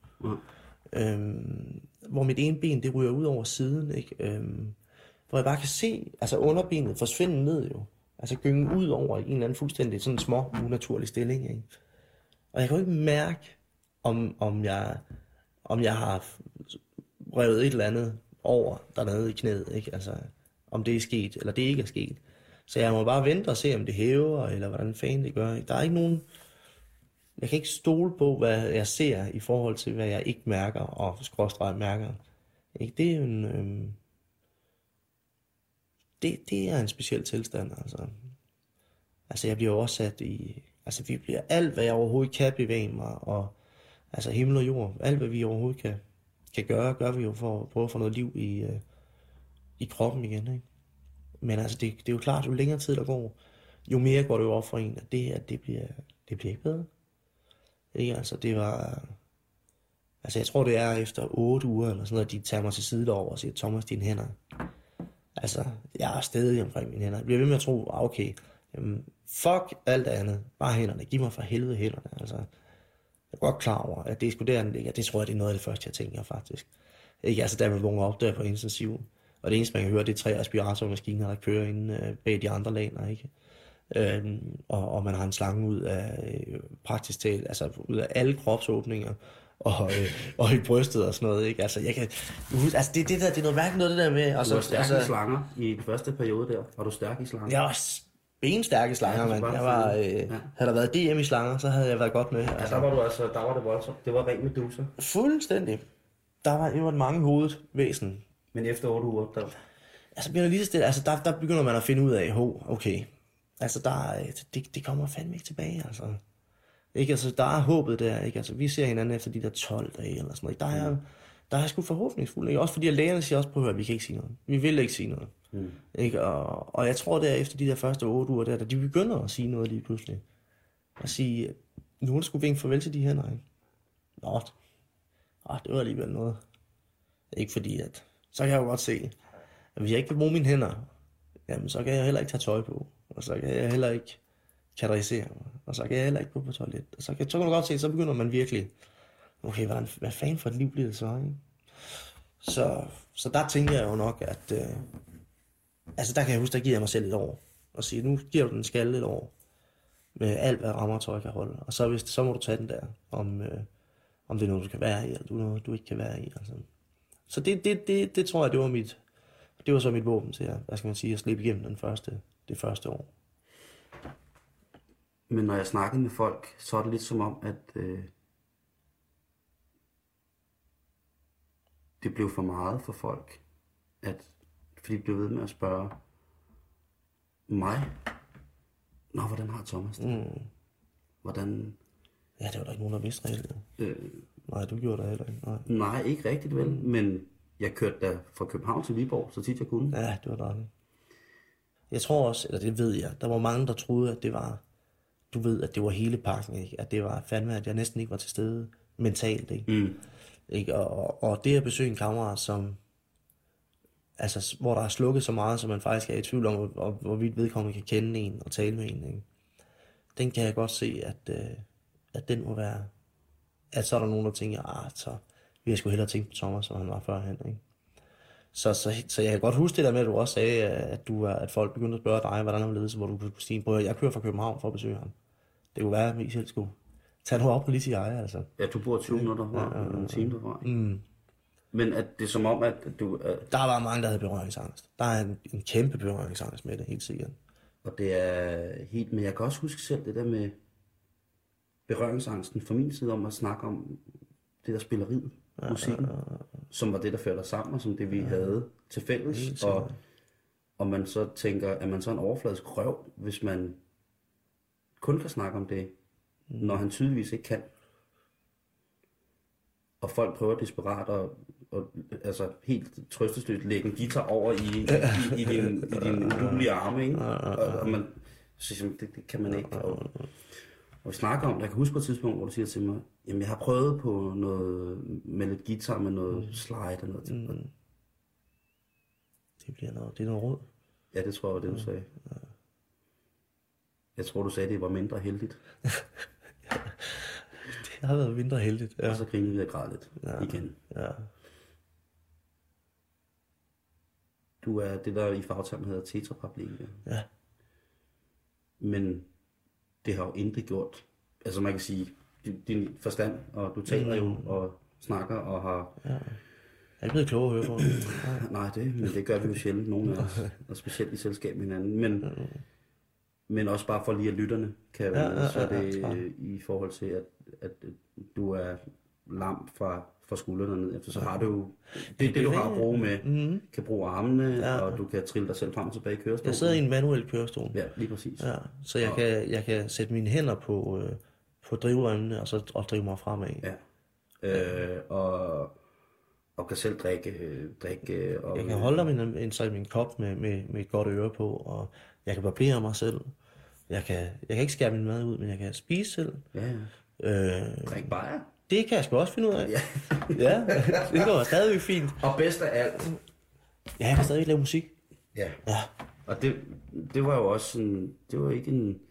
Hvor mit ene ben, det ryger ud over siden, ikke? Hvor jeg bare kan se, altså underbenet forsvinde ned, jo. Altså gynge ud over en eller anden fuldstændig sådan små, unaturlig stilling, ikke? Og jeg kan jo ikke mærke, om jeg har revet et eller andet over dernede i knæet, ikke? Altså, om det er sket, eller det ikke er sket. Så jeg må bare vente og se, om det hæver, eller hvordan fanden det gør, ikke? Der er ikke nogen... Jeg kan ikke stole på, hvad jeg ser i forhold til, hvad jeg ikke mærker, og skråstreg mærker. Ikke? Det er jo en... Det er en speciel tilstand, altså. Altså, jeg bliver også sat i... Altså, vi bliver alt, hvad jeg overhovedet kan bevæge mig, og... Altså, himmel og jord, alt, hvad vi overhovedet kan gøre, gør vi jo for at prøve at få noget liv i kroppen igen, ikke? Men altså, det er jo klart, jo længere tid der går, jo mere går det jo op for en, at det bliver ikke bedre. Ikke? Altså, det var... Altså, jeg tror, det er efter 8 uger, eller sådan noget, at de tager mig til side derovre og siger, Thomas, dine hænder. Altså, jeg er stadig omkring mine hænder. Jeg bliver ved med at tro, okay, jamen, fuck alt andet. Bare hænderne. Giv mig for helvede hænderne. Altså, jeg er godt klar over, at det er sgu der, den ligger. Det tror jeg, det er noget af det første, jeg tænker, faktisk. Ikke? Altså, da man vågner op der på intensiv. Og det eneste, man kan høre, det er 3 respiratormaskiner, der kører inde bag de andre laner, ikke? Og man har en slange ud af praktisk talt, altså ud af alle kropsåbninger og i brystet og sådan noget, ikke? Altså jeg kan altså det er noget mærkeligt noget det der med, altså, du var stærk i slanger i den første periode der. Var du stærk i slanger? Jeg var benstærk i slanger, mand. Jeg var havde der været DM i slanger, så havde jeg været godt med. Altså der var det voldsomt. Det var rent meduser. Fuldstændig. Der var mange hovedet væsen. Men efter 8 uger der altså bliver det lige så stille. Altså der begynder man at finde ud af, okay. Altså det kommer fandme ikke tilbage, altså. Ikke, altså der er håbet der, ikke? Altså vi ser hinanden efter de der 12 dage eller sådan noget. Der er sgu forhåbningsfuldt, ikke? Også fordi lægerne siger også, prøv at høre, vi kan ikke sige noget. Vi vil ikke sige noget. Ikke? Og jeg tror der efter de der første 8 uger der de begynder at sige noget lige pludselig. At sige, nu er det sgu vinke farvel til de hænder, ikke? Nå, det var alligevel noget. Ikke fordi at, så kan jeg jo godt se, at hvis jeg ikke vil bruge mine hænder, jamen så kan jeg heller ikke tage tøj på. Og så kan jeg heller ikke kategorisere mig. Og så kan jeg heller ikke gå på toilet. Og så kan du godt se, så begynder man virkelig, okay, hvad fanden for et liv bliver det så, ikke? Så der tænker jeg jo nok, at altså der kan jeg huske, der giver jeg mig selv et år. Og sige, nu giver du den skalle et år. Med alt, hvad rammer og tøj kan holde. Og så må du tage den der, om det er noget, du kan være i, eller noget, du ikke kan være i. Altså. Så det tror jeg, det var så mit våben til at slippe igennem det første år. Men når jeg snakkede med folk, så er det lidt som om, at det blev for meget for folk. Fordi de blev ved med at spørge mig, hvordan har Thomas det? Hvordan... Ja, det var der ikke nogen, der vidste reelt. Nej, du gjorde det heller ikke. Nej, ikke rigtigt vel, men jeg kørte da fra København til Viborg, så tit jeg kunne. Ja, det var dejligt. Jeg tror også, eller det ved jeg, der var mange, der troede, at det var, du ved, at det var hele pakken, ikke? At det var fandme, at jeg næsten ikke var til stede mentalt, ikke? Ikke? Og det at besøge en kammerat, som, altså, hvor der er slukket så meget, så man faktisk er i tvivl om, hvorvidt vedkommende kan kende en og tale med en, ikke? Den kan jeg godt se, at den må være, at så er der nogen, der tænker, så vi har sgu hellere tænkt på Thomas, som han var førhen, ikke? Så jeg kan godt huske det der med, at du også sagde, at folk begyndte at spørge dig, hvordan han ledes, hvor du kunne sige, jeg kører fra København for at besøge ham. Det kunne være, at I selv skulle tage noget op på lige til jeg, altså. Ja, du bor 20 minutter fra, en time derfra. Men at det er som om, at du... Der var mange, der havde berøringsangst. Der er en kæmpe berøringsangst med det, helt sikkert. Og det er helt... Men jeg kan også huske selv det der med berøringsangsten fra min side om at snakke om det der spilleriet, musikken. som var det, der førte os sammen, og som det, vi havde til fælles. Og man så tænker, at man så er en overfladisk røv, hvis man kun kan snakke om det, når han tydeligvis ikke kan. Og folk prøver desperat og altså helt trøstesløst lægge en guitar over i din udulige arme, ikke? Og man siger, det kan man ikke. Og vi snakker om det. Jeg kan huske på et tidspunkt, hvor du siger til mig, jamen jeg har prøvet på noget med lidt guitar, med noget slide og noget. Det er noget råd. Ja, det tror jeg var det, du sagde. Jeg tror, du sagde, at det var mindre heldigt. Det har været mindre heldigt, ja. Og så grinede vi og græd lidt igen. Ja. Du er det, der i fagtermen hedder tetraplegiker. Ja. Men det har jo intet gjort. Altså man kan sige, din forstand, og du taler jo og snakker og har... Ja. Jeg er blevet klogere at høre på. Nej, men det gør vi jo sjældent, nogen af os. Og specielt i selskab med hinanden. Men også bare for lige at lytterne kan være med, så er det i forhold til, at du er lam fra skuldrene ned efter, så har du jo det du har at bruge med, kan bruge armene, og du kan trille dig selv frem og tilbage i kørestolen. Jeg sidder i en manuel kørestol. Ja, lige præcis. Ja, så jeg kan sætte mine hænder på drivremmene, og så drive mig fremad. Ja. Og kan selv drikke og... Jeg kan holde min kop med et godt øre på, og jeg kan barbere mig selv. Jeg kan ikke skære min mad ud, men jeg kan spise selv. Ja. Drik bajer. Det kan jeg sgu også finde ud af. Ja, det går stadig fint. Og bedst af alt. Ja, jeg kan stadig lave musik. Ja. Og det var jo også sådan, det var ikke en...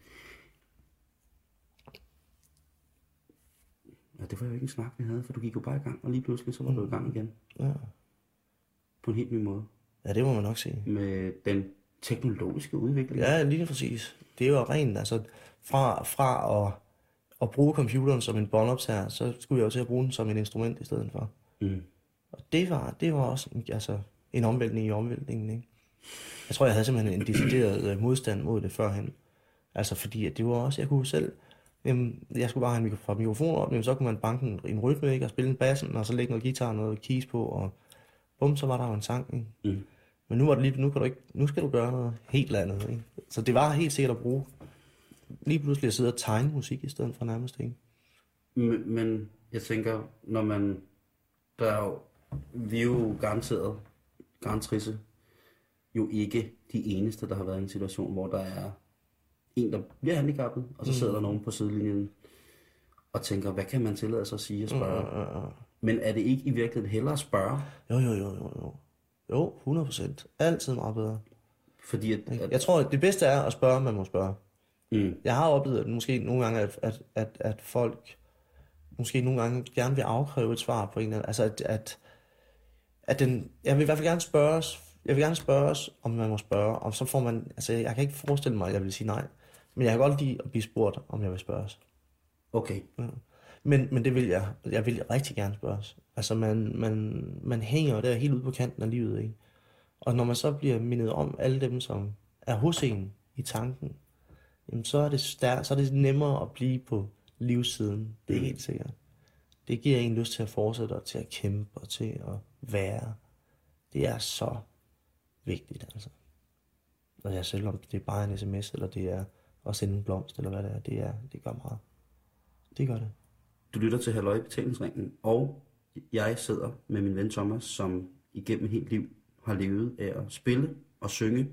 Ja, det var jo ikke en snak, vi havde, for du gik jo bare i gang, og lige pludselig så var du i gang igen. Ja. På en helt ny måde. Ja, det må man nok sige. Med den teknologiske udvikling. Ja, lige præcis. Det er jo rent, altså fra at bruge computeren som en båndoptager, så skulle jeg jo til at bruge den som et instrument i stedet for. Og det var også en omvæltning i omvæltningen, ikke? Jeg tror, jeg havde simpelthen en decideret modstand mod det førhen. Altså fordi, at det var også, jeg kunne selv... jeg skulle bare have en mikrofon op, så kunne man banke en rytme, ikke? Og spille en bassen, og så lægge noget guitar og noget keys på, og bum, så var der jo en sang, ikke? Men nu skal du gøre noget helt andet, ikke? Så det var helt sikkert at bruge. Lige pludselig at sidde og tegne musik i stedet for nærmest, ikke? Men jeg tænker, når man... vi er jo garanteret jo ikke de eneste, der har været i en situation, hvor der er en, der bliver handicappet, og så sidder der nogen på sidelinjen og tænker, hvad kan man tillade sig at sige og spørge? Men er det ikke i virkeligheden hellere at spørge? Jo, 100%. Altid meget bedre. Fordi jeg tror, at det bedste er at spørge, man må spørge. Jeg har oplevet, at måske nogle gange, at folk måske nogle gange gerne vil afkræve et svar på en eller anden. Altså, jeg vil i hvert fald gerne spørges, om man må spørge, og så får man, altså jeg kan ikke forestille mig, at jeg vil sige nej, men jeg kan godt lide at blive spurgt, om jeg vil spørges. Okay. Ja. Men det vil jeg vil rigtig gerne spørges. Altså man hænger der helt ude på kanten af livet, ikke? Og når man så bliver mindet om alle dem, som er hos en i tanken, jamen så er det nemmere at blive på livssiden. Det er helt sikkert. Det giver en lyst til at fortsætte og til at kæmpe og til at være. Det er så vigtigt, altså. Og jeg selvom det er bare en sms, eller det er at sende en blomst, eller hvad det er, det gør meget. Det gør det. Du lytter til Halløj i Betalingsringen, og jeg sidder med min ven Thomas, som igennem et helt liv har levet af at spille og synge,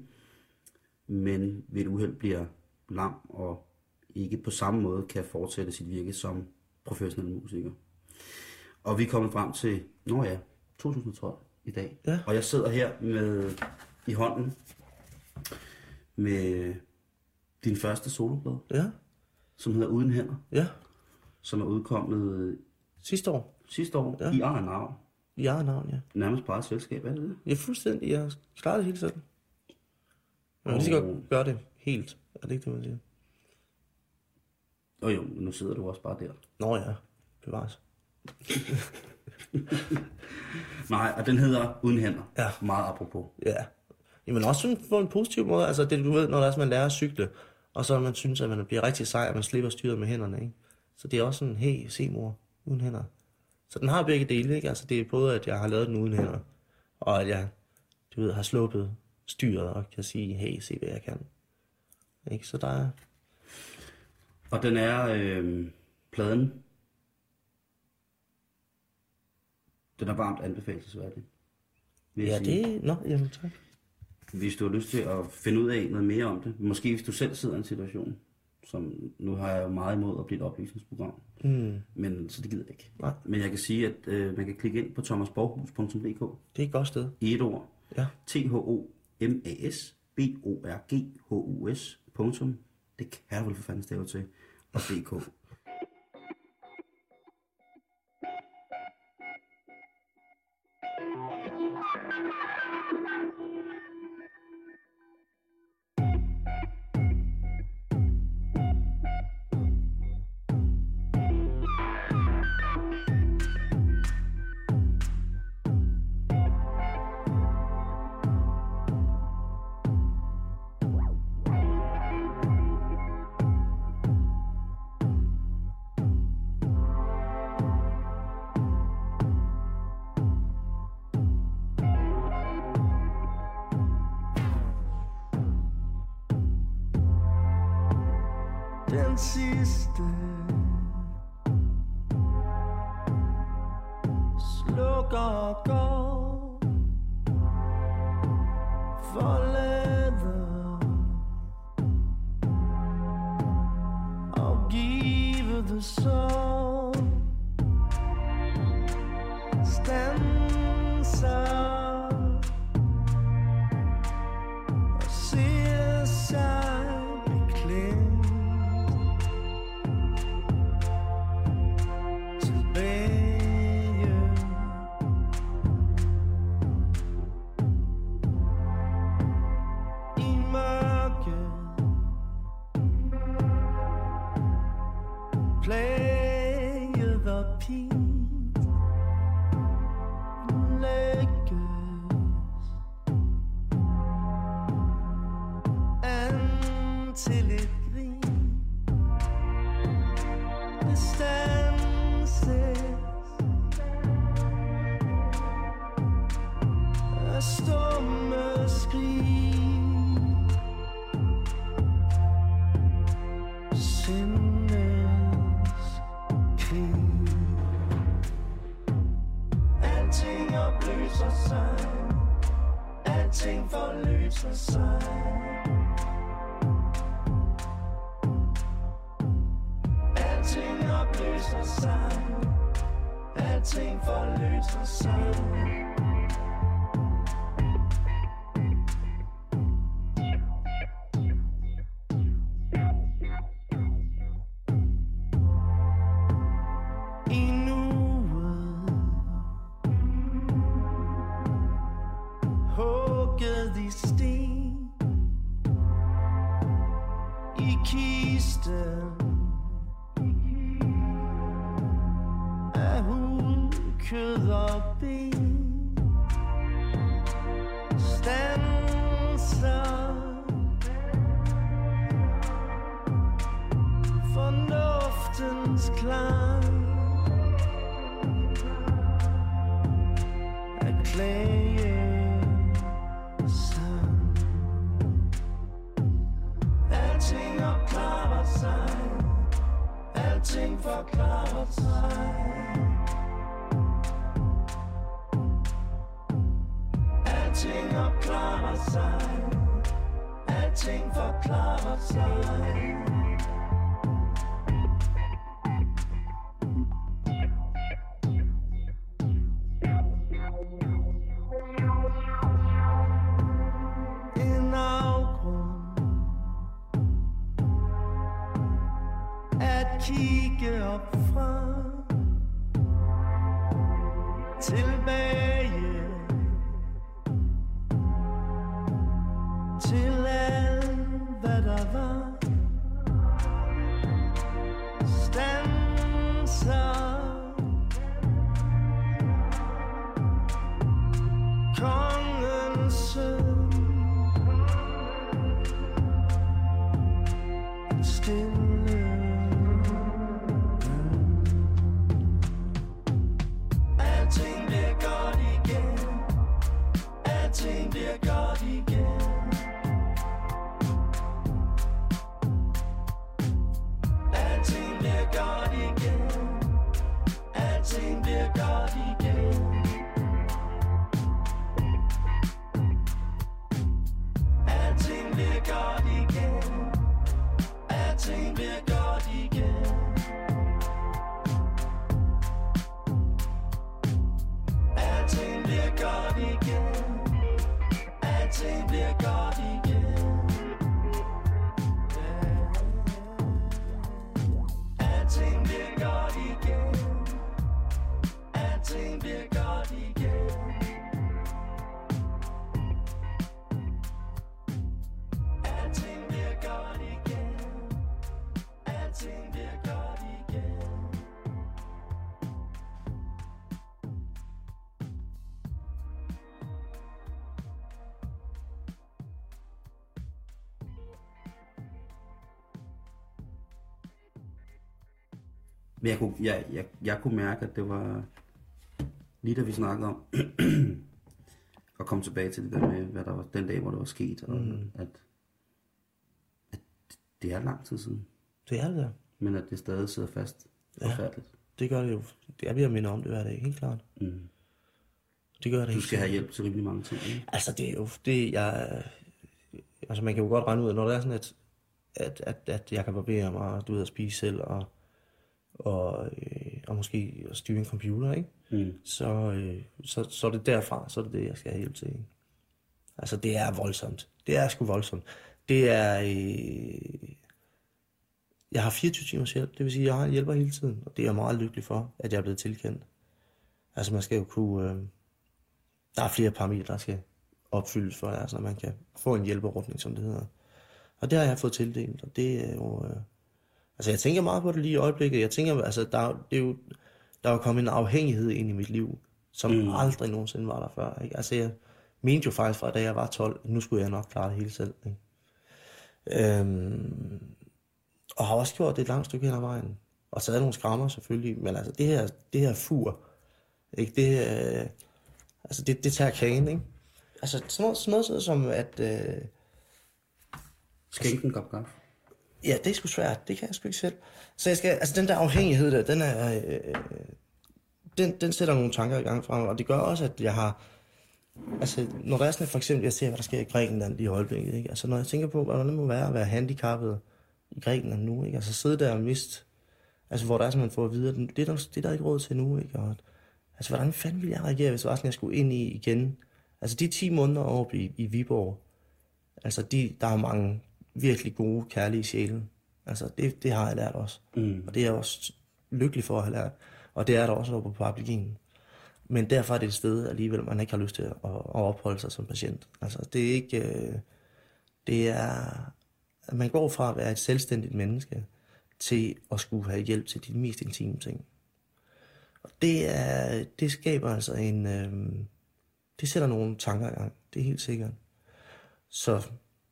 men ved et uheld bliver lam og ikke på samme måde kan fortsætte sit virke som professionel musiker. Og vi er kommet frem til, 2012 i dag. Ja. Og jeg sidder her i hånden med din første soloplade, som hedder Uden Hænder. Ja. Som er udkommet sidste år i egen navn. I egen navn, ja. Nærmest bare et selskab, er det det? Ja, fuldstændig. Jeg klarer det helt selv. Jeg kan lige så godt gøre det helt. Er det ikke det, man siger? Jo, nu sidder du også bare der. Nå ja, bevares. Nej, og den hedder Uden Hænder. Ja. Meget apropos. Ja. Jamen også sådan på en positiv måde. Altså det, du ved, når man lærer at cykle, og så man synes, at man bliver rigtig sej, og man slipper styret med hænderne, ikke? Så det er også sådan, hey, se mor, uden hænder. Så den har begge dele, ikke? Altså det er både, at jeg har lavet den uden hænder, og at jeg, har sluppet styret og kan sige, hey, se hvad jeg kan. Ikke? Så der er... Og den er pladen. Den er varmt anbefalelsesværdig. Ja, det... Nå, jamen tak. Hvis du har lyst til at finde ud af noget mere om det. Måske hvis du selv sidder i en situation, som nu har jeg jo meget imod at blive et oplysningsprogram. Men så det gider jeg ikke. Nej. Men jeg kan sige, at man kan klikke ind på thomasborghus.dk. Det er et godt sted. I et ord. Ja. THOMASBORGHUS. Det kan du vel for fanden stave til. Og DK. Den sidste slukker og går, forlader og giver det sorg, standser og ser sig beklemt alting forløser sig. Alting opløser sig. Alting forløser sig. Kigge op fra, tilbage til alt hvad der var, standser kongens søn, stille. Men jeg kunne mærke, at det var lige da vi snakkede om at komme tilbage til det der med, hvad der var den dag, hvor det var sket, og at det er lang tid siden. Det er det der. Men at det stadig sidder fast. Forfærdeligt. Det gør det jo. Det er ved at minde om det hver dag, helt klart. Det gør det. Du skal have hjælp til rimelig mange ting, ikke? Altså, det er jo det, altså, man kan jo godt regne ud, når det er sådan, at jeg kan barbere mig, du ved, at spise selv, og måske at styre en computer, ikke? Så er det derfra, så er det, jeg skal have hjælp til, ikke? Altså, det er voldsomt. Det er sgu voldsomt. Det er... Jeg har 24 timers hjælp, det vil sige, at jeg har en hjælper hele tiden, og det er jeg meget lykkelig for, at jeg er blevet tilkendt. Altså, man skal jo kunne... Der er flere parametre, der skal opfyldes for, altså, når man kan få en hjælperordning, som det hedder. Og det har jeg fået tildelt, og det er jo... Altså, jeg tænker meget på det lige i øjeblikket. Jeg tænker, altså, der er jo kommet en afhængighed ind i mit liv, som aldrig nogensinde var der før, ikke? Altså, jeg mente jo faktisk fra, da jeg var 12, at nu skulle jeg nok klare det hele selv, ikke? Og har også gjort det et langt stykke hen ad vejen. Og taget nogle skrammer selvfølgelig, men altså, det her fur, ikke? Det tager kagen, ikke? Altså, sådan noget som at... Skænke en kop kaffe. Ja, det er sgu svært. Det kan jeg sgu ikke selv. Så jeg skal... Altså, den der afhængighed der, den er... Den sætter nogle tanker i gang frem, og det gør også, at jeg har... Altså, når der er sådan, for eksempel, jeg ser, hvad der sker i Grækenland i øjeblikket, ikke? Altså, når jeg tænker på, hvordan det må være at være handicappet i Grækenland nu, ikke? Altså, sidde der og miste... Altså, hvor der er sådan, man får at vide, det er der ikke råd til nu, ikke? Og, altså, hvordan fanden ville jeg reagere, hvis det var sådan, jeg skulle ind i igen? Altså, de 10 måneder oppe i Viborg, altså, der er mange virkelig gode, kærlige sjæle. Altså, det har jeg lært også. Og det er jeg også lykkelig for at have lært. Og det er der også oppe på Paraplegien. Men derfor er det et sted alligevel, man ikke har lyst til at opholde sig som patient. Altså, det er ikke... Det er... Man går fra at være et selvstændigt menneske til at skulle have hjælp til de mest intime ting. Og det skaber altså en... Det sætter nogle tanker i gang. Det er helt sikkert. Så...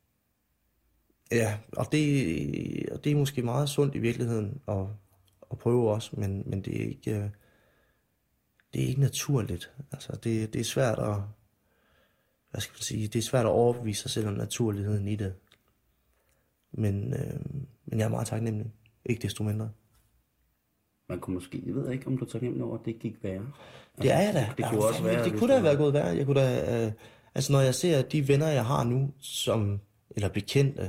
Ja, og det er måske meget sundt i virkeligheden at prøve også, men det er ikke... Det er ikke naturligt. Altså, det er svært at... Hvad skal man sige? Det er svært at overbevise sig selv om naturligheden i det. Men jeg er meget taknemmelig. Ikke desto mindre. Man kunne måske... Jeg ved ikke, om du er taknemmelig over, at det ikke gik værre. Altså, det er jeg da. Det kunne også være... Det kunne da have været gået værre. Jeg kunne da... Altså, når jeg ser de venner, jeg har nu, som... Eller bekendte,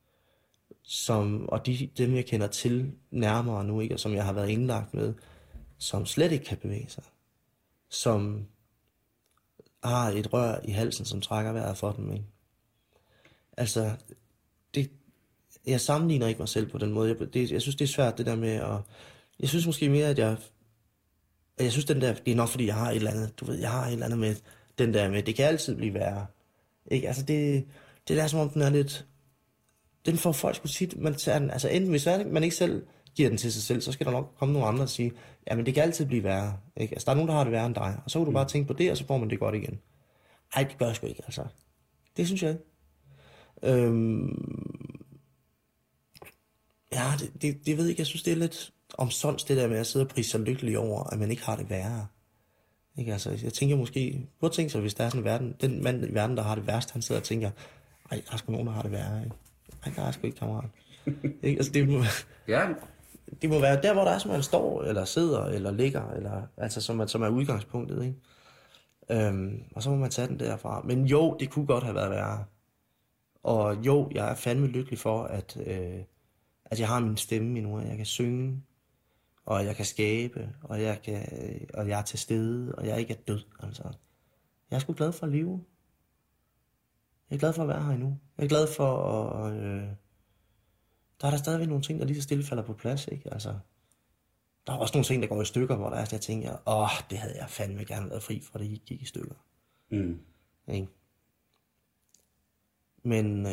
som... Og dem, jeg kender til nærmere nu, ikke? Og som jeg har været indlagt med, som slet ikke kan bevæge sig. Som har et rør i halsen, som trækker vejret for dem, ikke? Altså, jeg sammenligner ikke mig selv på den måde. Jeg synes, det er svært, det der med at... Jeg synes måske mere, at jeg synes, den der... Det er nok, fordi jeg har et eller andet... Du ved, jeg har et eller andet med den der med... Det kan altid blive værre. Ikke? Altså, det er som om, den er lidt... Den får folk sgu tit... Man tager den, altså, enten hvis man ikke selv giver den til sig selv, så skal der nok komme nogle andre og sige, jamen det kan altid blive værre. Ikke? Altså, der er nogen, der har det værre end dig. Og så kan du bare tænke på det, og så får man det godt igen. Ej, det gør jeg sgu ikke, altså. Det synes jeg ikke. Ja, det ved jeg ikke. Jeg synes, det er lidt omsonst, det der med at sidde og prise sig lykkelig over, at man ikke har det værre. Ikke? Altså, jeg tænker måske... Prøv at tænke sig, hvis der er sådan en verden... Den mand i verden, der har det værst, han sidder og tænker, ej, der er sgu nogen, der har det værre, ikke? Ej, der er sgu ikke, kammerat. Ikke? Altså, det må være der, hvor der er, som man står, eller sidder, eller ligger, eller, altså, som er udgangspunktet, ikke? Og så må man tage den derfra. Men jo, det kunne godt have været værre. Og jo, jeg er fandme lykkelig for, at jeg har min stemme endnu, at jeg kan synge, og jeg kan skabe, og jeg er til stede, og jeg ikke er død, altså. Jeg er sgu glad for at leve. Jeg er glad for at være her endnu. Jeg er glad for at... Der er der stadigvæk nogle ting, der lige så stille falder på plads, ikke? Altså, der er også nogle ting, der går i stykker, hvor der er, jeg tænker, det havde jeg fandme gerne været fri for, det gik i stykker. Ikke? Men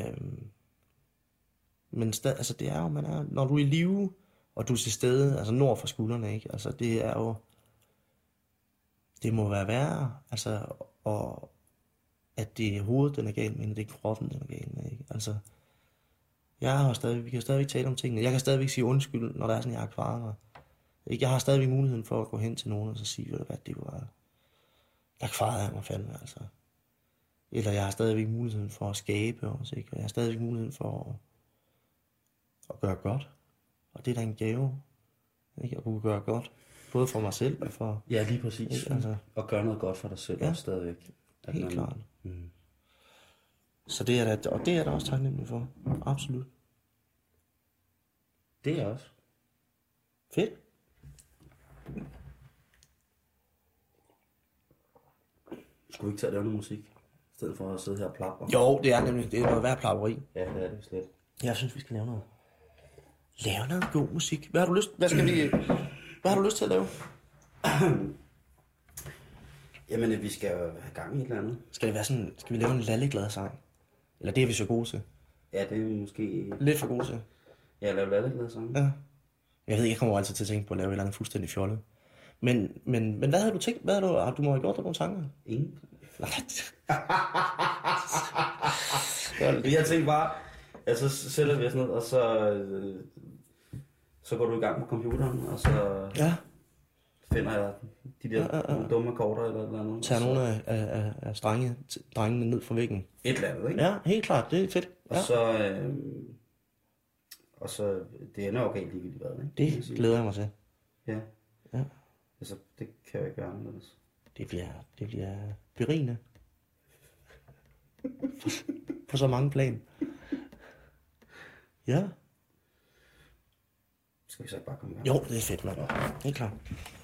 altså, det er jo, når du er i live, og du er til stede, altså nord for skuldrene, ikke? Altså, det er jo, det må være værre, altså, og at det er hovedet, den er galt med, det er kroppen, den er galt med, ikke? Altså, vi kan stadigvæk tale om tingene. Jeg kan stadigvæk sige undskyld, når der er sådan, jeg har kvaret mig. Ikke? Jeg har stadigvæk muligheden for at gå hen til nogen og så sige, hvad det var, der kvarede jeg mig fandme, altså. Eller jeg har stadigvæk muligheden for at skabe også, ikke? Og jeg har stadigvæk muligheden for at gøre godt. Og det er da en gave, ikke? At kunne gøre godt. Både for mig selv og for... Ja, lige præcis. Ikke? Altså, og gøre noget godt for dig selv også stadigvæk. Helt klart. Så det er der også taknemmelig for. Absolut. Det er jeg også. Fedt. Skulle vi ikke tage at lave noget musik, i stedet for at sidde her og plapre? Jo, det er nemlig. Det er noget værd plapperi. Ja, det er det slet. Jeg synes, vi skal lave noget. Lave noget god musik. Hvad har du lyst til at lave? Jamen, vi skal jo have gang i et eller andet. Skal vi lave en lalleglad sang? Eller det er vi så gode til. Ja, det er vi måske... Lidt for gode til. Ja, lave lalleglade sang. Ja. Jeg ved, jeg kommer altid til at tænke på at lave et eller andet fuldstændig fjollet. Men hvad havde du tænkt? Du må have gjort dig nogle tanker? Ingen. Nej. Jeg tænkte bare, så sætter vi os ned, og så går du i gang med computeren, og så finder jeg de der dumme akkorder eller andet. Tager nogle af drengene ned fra væggen. Et eller andet, ikke? Ja, helt klart. Det er fedt. Ja. Og så det ender jo galt ligegyldigt hvad, ikke? Det glæder jeg mig til. Ja. Ja. Altså, det kan jeg ikke gøre anderledes. Det bliver berigende. På så mange plan. Ja. Skal vi så ikke bare komme i gang? Jo, det er fedt, mand. Helt klart.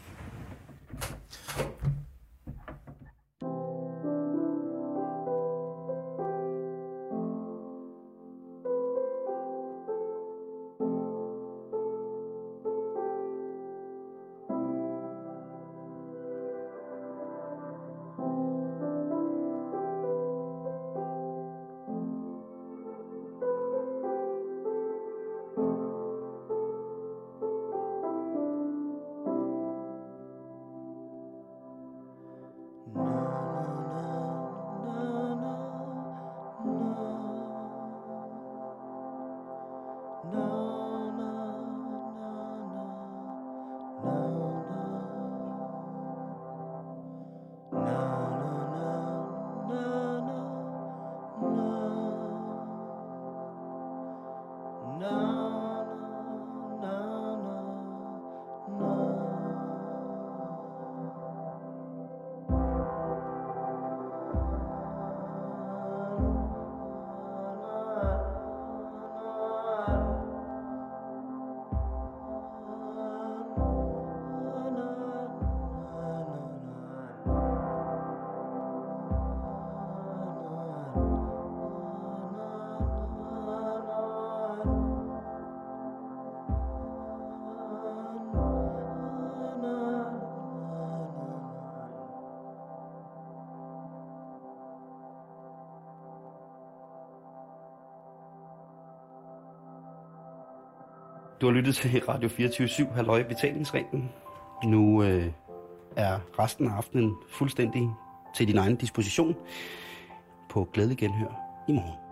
Du har lyttet til Radio 24/7, halløj betalingsringen. Nu er resten af aftenen fuldstændig til din egen disposition. På glædelig genhør i morgen.